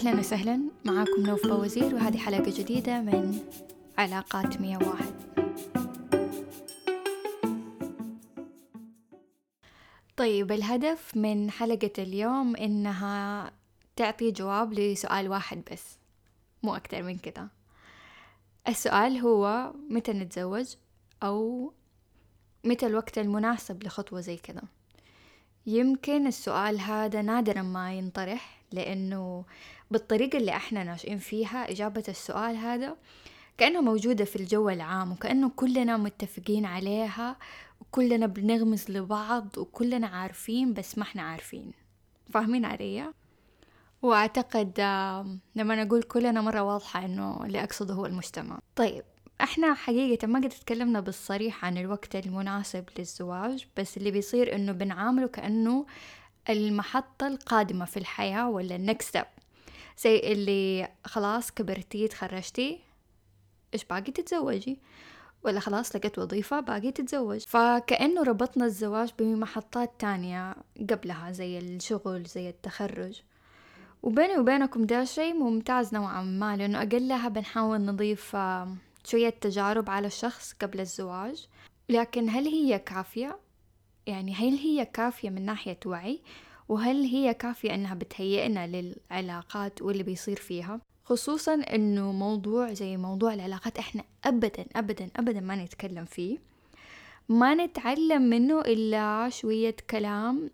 أهلا وسهلا، معاكم نوف بوزير، وهذه حلقة جديدة من علاقات 101. طيب، الهدف من حلقة اليوم إنها تعطي جواب لسؤال واحد بس، مو أكتر من كده. السؤال هو متى نتزوج، أو متى الوقت المناسب لخطوة زي كده. يمكن السؤال هذا نادرا ما ينطرح، لأنه بالطريقة اللي احنا ناشئين فيها إجابة السؤال هذا كأنها موجودة في الجو العام، وكأنه كلنا متفقين عليها، وكلنا بنغمز لبعض، وكلنا عارفين بس ما احنا عارفين. فاهمين عليا؟ وأعتقد لما نقول كلنا مرة واضحة إنه اللي أقصده هو المجتمع. طيب، احنا حقيقة ما قد تكلمنا بالصريح عن الوقت المناسب للزواج، بس اللي بيصير إنه بنعامله كأنه المحطة القادمة في الحياة، ولا النكست ستيب، زي اللي خلاص كبرتي تخرجتي، إيش باقي تتزوجي، ولا خلاص لقيت وظيفة باقي تتزوج. فكأنه ربطنا الزواج بمحطات تانية قبلها، زي الشغل، زي التخرج. وبيني وبينكم ده شيء ممتاز نوعا ما، لأنه أقلها بنحاول نضيف شوية تجارب على الشخص قبل الزواج. لكن هل هي كافية؟ يعني هل هي كافية من ناحية وعي؟ وهل هي كافية أنها بتهيئنا للعلاقات واللي بيصير فيها؟ خصوصا أنه موضوع زي موضوع العلاقات إحنا أبدا أبدا أبدا ما نتكلم فيه، ما نتعلم منه إلا شوية كلام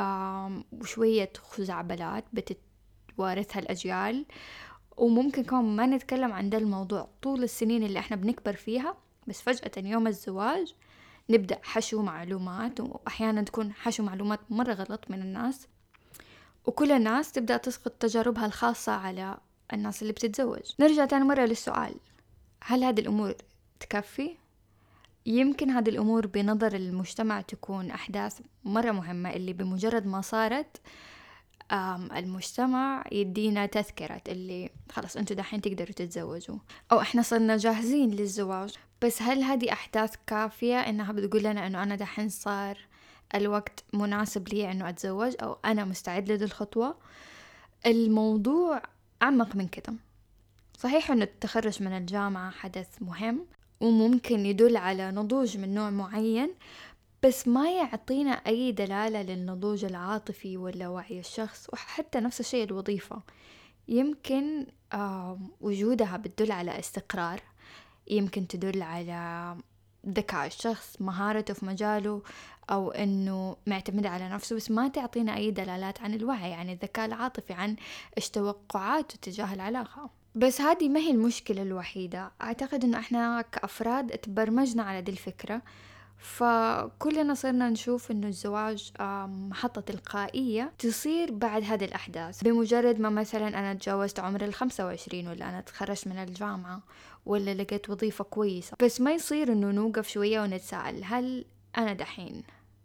وشوية خزعبلات بتتوارثها الأجيال. وممكن كمان ما نتكلم عن ده الموضوع طول السنين اللي إحنا بنكبر فيها، بس فجأة يوم الزواج نبدأ حشو معلومات، وأحيانا تكون حشو معلومات مرة غلط من الناس، وكل الناس تبدأ تسقط تجاربها الخاصة على الناس اللي بتتزوج. نرجع تاني مرة للسؤال، هل هذه الأمور تكفي؟ يمكن هذه الأمور بنظر المجتمع تكون أحداث مرة مهمة، اللي بمجرد ما صارت المجتمع يدينا تذكرة اللي خلاص أنتوا دحين تقدروا تتزوجوا، أو إحنا صرنا جاهزين للزواج. بس هل هذه أحداث كافية إنها بتقول لنا إنه أنا دحين صار الوقت مناسب لي إنه أتزوج، أو أنا مستعد لهذه الخطوة؟ الموضوع أعمق من كده. صحيح إنه التخرج من الجامعة حدث مهم وممكن يدل على نضوج من نوع معين، بس ما يعطينا أي دلالة للنضوج العاطفي ولا وعي الشخص. وحتى نفس الشيء الوظيفة، يمكن وجودها بتدل على استقرار، يمكن تدل على ذكاء الشخص، مهارته في مجاله، أو أنه معتمد على نفسه، بس ما تعطينا أي دلالات عن الوعي، عن الذكاء العاطفي، عن إيش توقعاته تجاه العلاقة. بس هذه ما هي المشكلة الوحيدة. أعتقد أنه إحنا كأفراد تبرمجنا على دي الفكرة، فكلنا صرنا نشوف إنه الزواج محطة تلقائية تصير بعد هذه الأحداث. بمجرد ما مثلا أنا تجاوزت عمر 25، ولا أنا تخرجت من الجامعة، ولا لقيت وظيفة كويسة، بس ما يصير إنه نوقف شوية ونتساءل، هل أنا دحين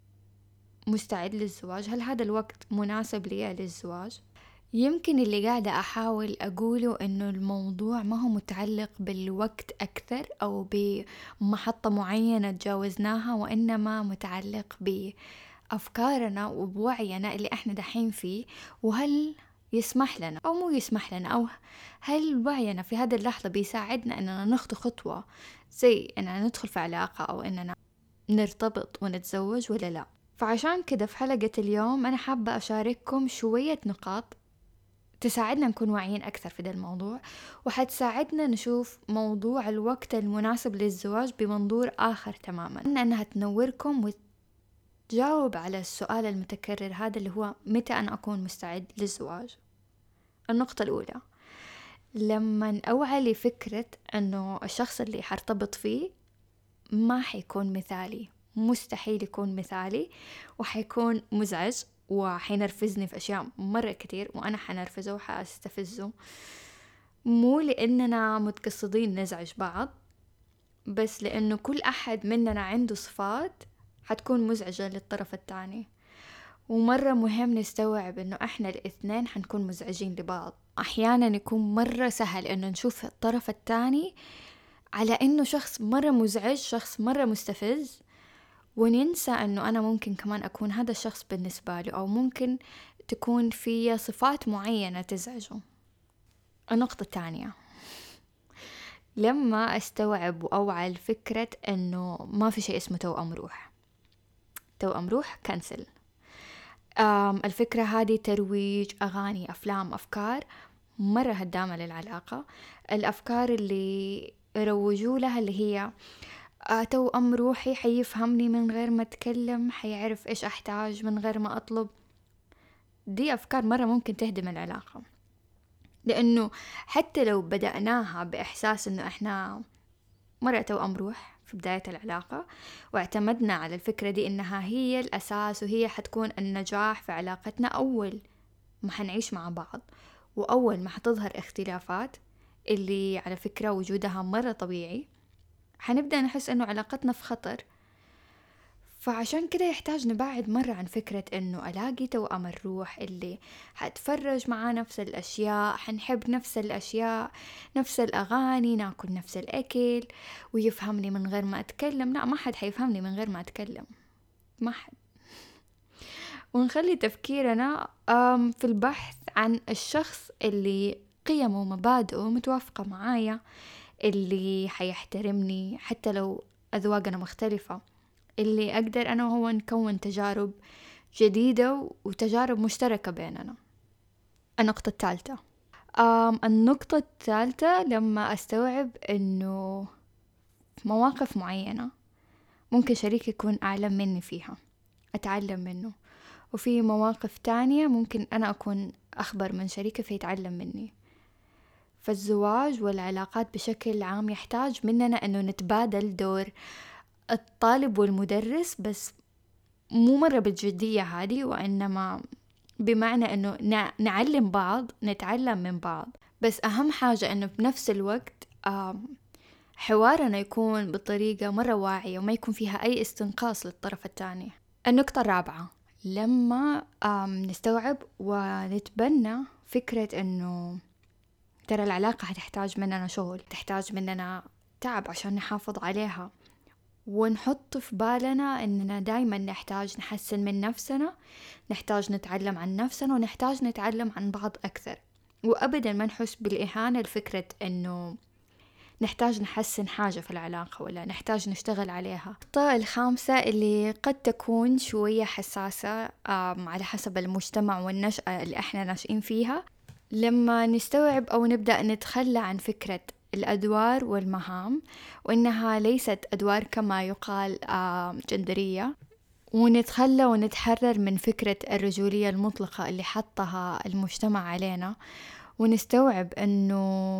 مستعد للزواج؟ هل هذا الوقت مناسب لي للزواج؟ يمكن اللي قاعدة أحاول أقوله إنه الموضوع ما هو متعلق بالوقت أكثر أو بمحطة معينة تجاوزناها، وإنما متعلق بأفكارنا وبوعينا اللي إحنا دحين فيه، وهل يسمح لنا أو مو يسمح لنا، أو هل وعينا في هذه اللحظة بيساعدنا إننا نخطو خطوة زي إننا ندخل في علاقة، أو إننا نرتبط ونتزوج، ولا لا. فعشان كده في حلقة اليوم أنا حابة أشارككم شوية نقاط تساعدنا نكون واعيين أكثر في ده الموضوع، وحتساعدنا نشوف موضوع الوقت المناسب للزواج بمنظور آخر تماما، أنها تنوركم وتجاوب على السؤال المتكرر هذا اللي هو متى أنا أكون مستعد للزواج. النقطة الأولى، لما أوعى لفكرة أنه الشخص اللي حرتبط فيه ما حيكون مثالي، مستحيل يكون مثالي، وحيكون مزعج، وحينرفزني في أشياء مرة كتير، وأنا حنرفزه وحاستفزه، مو لأننا متقصدين نزعج بعض، بس لأنه كل أحد مننا عنده صفات حتكون مزعجة للطرف الثاني. ومرة مهم نستوعب أنه إحنا الاثنين حنكون مزعجين لبعض. أحيانا يكون مرة سهل أنه نشوف الطرف الثاني على أنه شخص مرة مزعج، شخص مرة مستفز، وننسى أنه أنا ممكن كمان أكون هذا الشخص بالنسبة له، أو ممكن تكون في صفات معينة تزعجه. النقطة الثانية، لما أستوعب وأوعى لفكرة أنه ما في شيء اسمه توأم روح. توأم روح كنسل. الفكرة هذه ترويج أغاني، أفلام، أفكار مرة هدامة للعلاقة. الأفكار اللي روجوا لها اللي هي توأم روحي حيفهمني من غير ما أتكلم، حيعرف إيش أحتاج من غير ما أطلب. دي أفكار مرة ممكن تهدم العلاقة، لأنه حتى لو بدأناها بإحساس أنه إحنا مرة توأم روح في بداية العلاقة، واعتمدنا على الفكرة دي إنها هي الأساس وهي حتكون النجاح في علاقتنا، أول ما حنعيش مع بعض وأول ما حتظهر اختلافات اللي على فكرة وجودها مرة طبيعي، حنبدأ نحس إنه علاقتنا في خطر. فعشان كده يحتاج نبعد مرة عن فكرة إنه ألاقي توأم الروح اللي حتفرج معاه نفس الأشياء، حنحب نفس الأشياء، نفس الأغاني، ناكل نفس الأكل، ويفهمني من غير ما أتكلم. لا، ما حد حيفهمني من غير ما أتكلم، ما حد. ونخلي تفكيرنا في البحث عن الشخص اللي قيمه ومبادئه متوافقة معايا، اللي حيحترمني حتى لو أذواقنا مختلفة، اللي أقدر أنا وهو نكون تجارب جديدة وتجارب مشتركة بيننا. النقطة الثالثة، النقطة الثالثة لما أستوعب أنه في مواقف معينة ممكن شريك يكون أعلم مني فيها، أتعلم منه، وفي مواقف تانية ممكن أنا أكون أخبر من شريكي فيتعلم مني. فالزواج والعلاقات بشكل عام يحتاج مننا أنه نتبادل دور الطالب والمدرس، بس مو مرة بالجدية هذه، وإنما بمعنى أنه نعلم بعض، نتعلم من بعض. بس أهم حاجة أنه بنفس الوقت حوارنا يكون بطريقة مرة واعية وما يكون فيها أي استنقاص للطرف الثاني. النقطة الرابعة، لما نستوعب ونتبنى فكرة أنه ترى العلاقة هتحتاج مننا شغل، تحتاج مننا تعب عشان نحافظ عليها، ونحط في بالنا أننا دايما نحتاج نحسن من نفسنا، نحتاج نتعلم عن نفسنا، ونحتاج نتعلم عن بعض أكثر، وأبدا ما نحس بالإهانة لفكرة أنه نحتاج نحسن حاجة في العلاقة ولا نحتاج نشتغل عليها. النقطة الخامسة اللي قد تكون شوية حساسة على حسب المجتمع والنشأة اللي احنا ناشئين فيها، لما نستوعب أو نبدأ نتخلى عن فكرة الأدوار والمهام، وإنها ليست أدوار كما يقال جندرية، ونتخلى ونتحرر من فكرة الرجولية المطلقة اللي حطها المجتمع علينا، ونستوعب أنه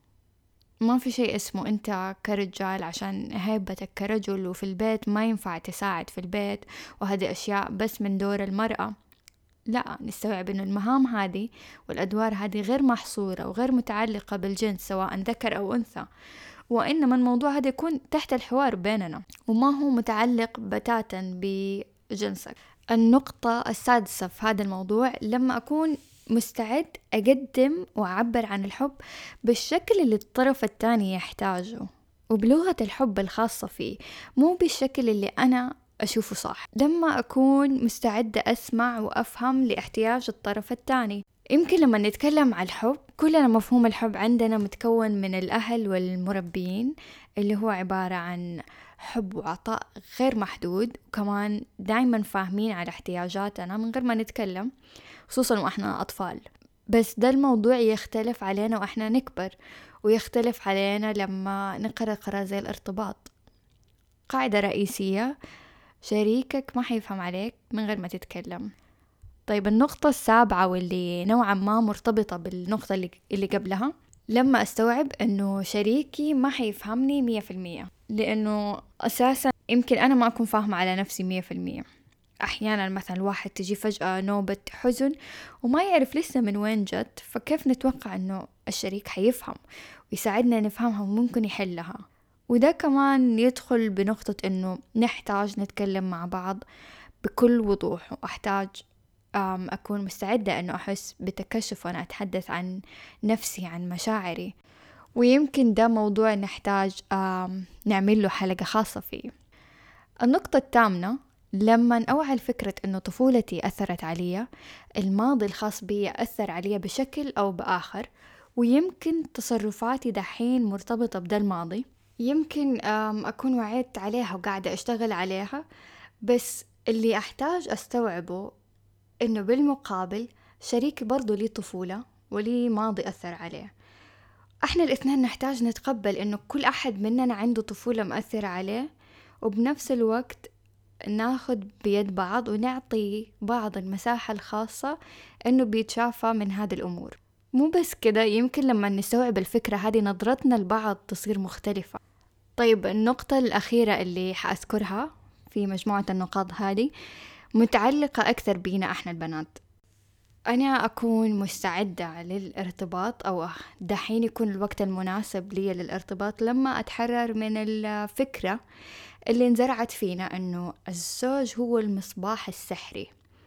ما في شيء اسمه أنت كرجال عشان هيبتك كرجل وفي البيت ما ينفع تساعد في البيت، وهذه أشياء بس من دور المرأة. لا، نستوعب أن المهام هذه والأدوار هذه غير محصورة وغير متعلقة بالجنس سواء ذكر أو أنثى، وإنما الموضوع هذا يكون تحت الحوار بيننا وما هو متعلق بتاتا بجنسك. النقطة السادسة في هذا الموضوع، لما أكون مستعد أقدم وأعبر عن الحب بالشكل اللي الطرف الثاني يحتاجه وبلغة الحب الخاصة فيه، مو بالشكل اللي أنا أشوفه صح. لما أكون مستعدة أسمع وأفهم لاحتياج الطرف الثاني. يمكن لما نتكلم عن الحب، كلنا مفهوم الحب عندنا متكون من الأهل والمربين، اللي هو عبارة عن حب وعطاء غير محدود، وكمان دايما فاهمين على احتياجاتنا من غير ما نتكلم، خصوصا وإحنا أطفال. بس ده الموضوع يختلف علينا وإحنا نكبر، ويختلف علينا لما نقرر قرار زي الارتباط. قاعدة رئيسية، شريكك ما حيفهم عليك من غير ما تتكلم. طيب النقطة السابعة واللي نوعا ما مرتبطة بالنقطة اللي قبلها، لما أستوعب أنه شريكي ما حيفهمني 100%، لأنه أساسا يمكن أنا ما أكون فاهمة على نفسي 100%. أحيانا مثلا الواحد تجي فجأة نوبة حزن وما يعرف لسه من وين جت، فكيف نتوقع أنه الشريك حيفهم ويساعدنا نفهمها وممكن يحلها؟ وده كمان يدخل بنقطة أنه نحتاج نتكلم مع بعض بكل وضوح، وأحتاج أكون مستعدة أنه أحس بتكشف وأنا أتحدث عن نفسي، عن مشاعري. ويمكن ده موضوع نحتاج نعمل له حلقة خاصة فيه. النقطة الثامنة، لما أوعى الفكرة أنه طفولتي أثرت علي، الماضي الخاص بي أثر علي بشكل أو بآخر، ويمكن تصرفاتي دحين مرتبطة بدا الماضي، يمكن أكون وعيت عليها وقاعدة أشتغل عليها، بس اللي أحتاج أستوعبه إنه بالمقابل شريكي برضو لي طفولة ولي ماضي أثر عليه. احنا الاثنين نحتاج نتقبل إنه كل أحد مننا عنده طفولة مؤثرة عليه، وبنفس الوقت ناخد بيد بعض ونعطي بعض المساحة الخاصة إنه بيتشافى من هذه الأمور. مو بس كده، يمكن لما نستوعب الفكرة هذه نظرتنا لبعض تصير مختلفة. طيب النقطة الأخيرة اللي حأذكرها في مجموعة النقاط هذه متعلقة أكثر بينا إحنا البنات. أنا أكون مستعدة للارتباط، أو دحين يكون الوقت المناسب لي للارتباط لما أتحرر من الفكرة اللي انزرعت فينا أنه الزوج هو المصباح السحري،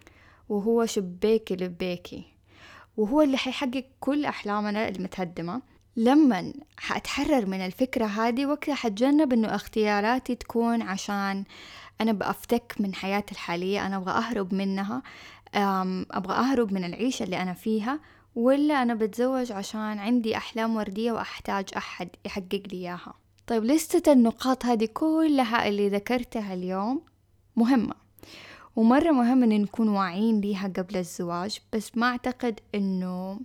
وهو شبيكي لبيكي، وهو اللي حيحقق كل أحلامنا المتهدمة. لما حأتحرر من الفكرة هذه وقتها حتجنب أنه اختياراتي تكون عشان أنا بأفتك من حياتي الحالية، أنا أبغى أهرب منها، أبغى أهرب من العيشة اللي أنا فيها، ولا أنا بتزوج عشان عندي أحلام وردية وأحتاج أحد يحقق لي إياها. طيب لستة النقاط هذه كلها اللي ذكرتها اليوم مهمة، ومرة مهم أن نكون واعيين ليها قبل الزواج، بس ما أعتقد أنه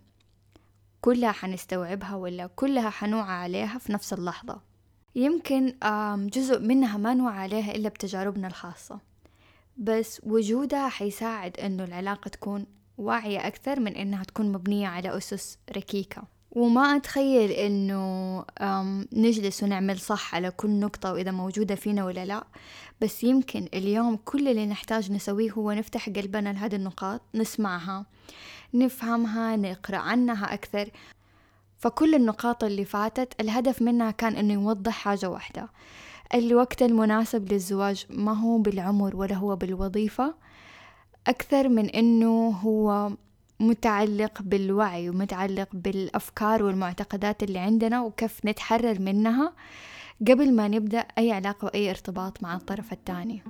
كلها حنستوعبها ولا كلها حنوعى عليها في نفس اللحظة. يمكن جزء منها ما نوعى عليها إلا بتجاربنا الخاصة، بس وجودها حيساعد أنه العلاقة تكون واعية أكثر من أنها تكون مبنية على أسس ركيكة. وما أتخيل أنه نجلس ونعمل صح على كل نقطة وإذا موجودة فينا ولا لا، بس يمكن اليوم كل اللي نحتاج نسويه هو نفتح قلبنا لهذه النقاط، نسمعها، نفهمها، نقرأ عنها أكثر. فكل النقاط اللي فاتت الهدف منها كان أنه يوضح حاجة واحدة: الوقت المناسب للزواج ما هو بالعمر ولا هو بالوظيفة، أكثر من أنه هو متعلق بالوعي ومتعلق بالأفكار والمعتقدات اللي عندنا وكيف نتحرر منها قبل ما نبدأ أي علاقة وأي ارتباط مع الطرف الثاني.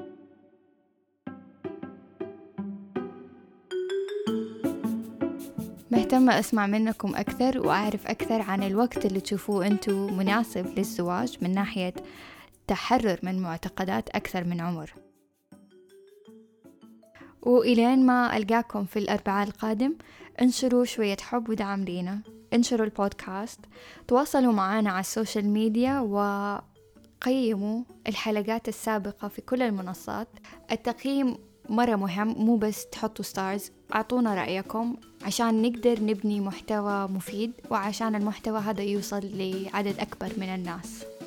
مهتمة أسمع منكم أكثر وأعرف أكثر عن الوقت اللي تشوفوه أنتو مناسب للزواج من ناحية تحرر من معتقدات أكثر من عمر. وإلين ما ألقاكم في الأربعاء القادم، انشروا شوية حب ودعم لينا، انشروا البودكاست، تواصلوا معنا على السوشيال ميديا، وقيموا الحلقات السابقة في كل المنصات. التقييم مرة مهم، مو بس تحطوا ستارز، أعطونا رأيكم عشان نقدر نبني محتوى مفيد وعشان المحتوى هذا يوصل لعدد أكبر من الناس.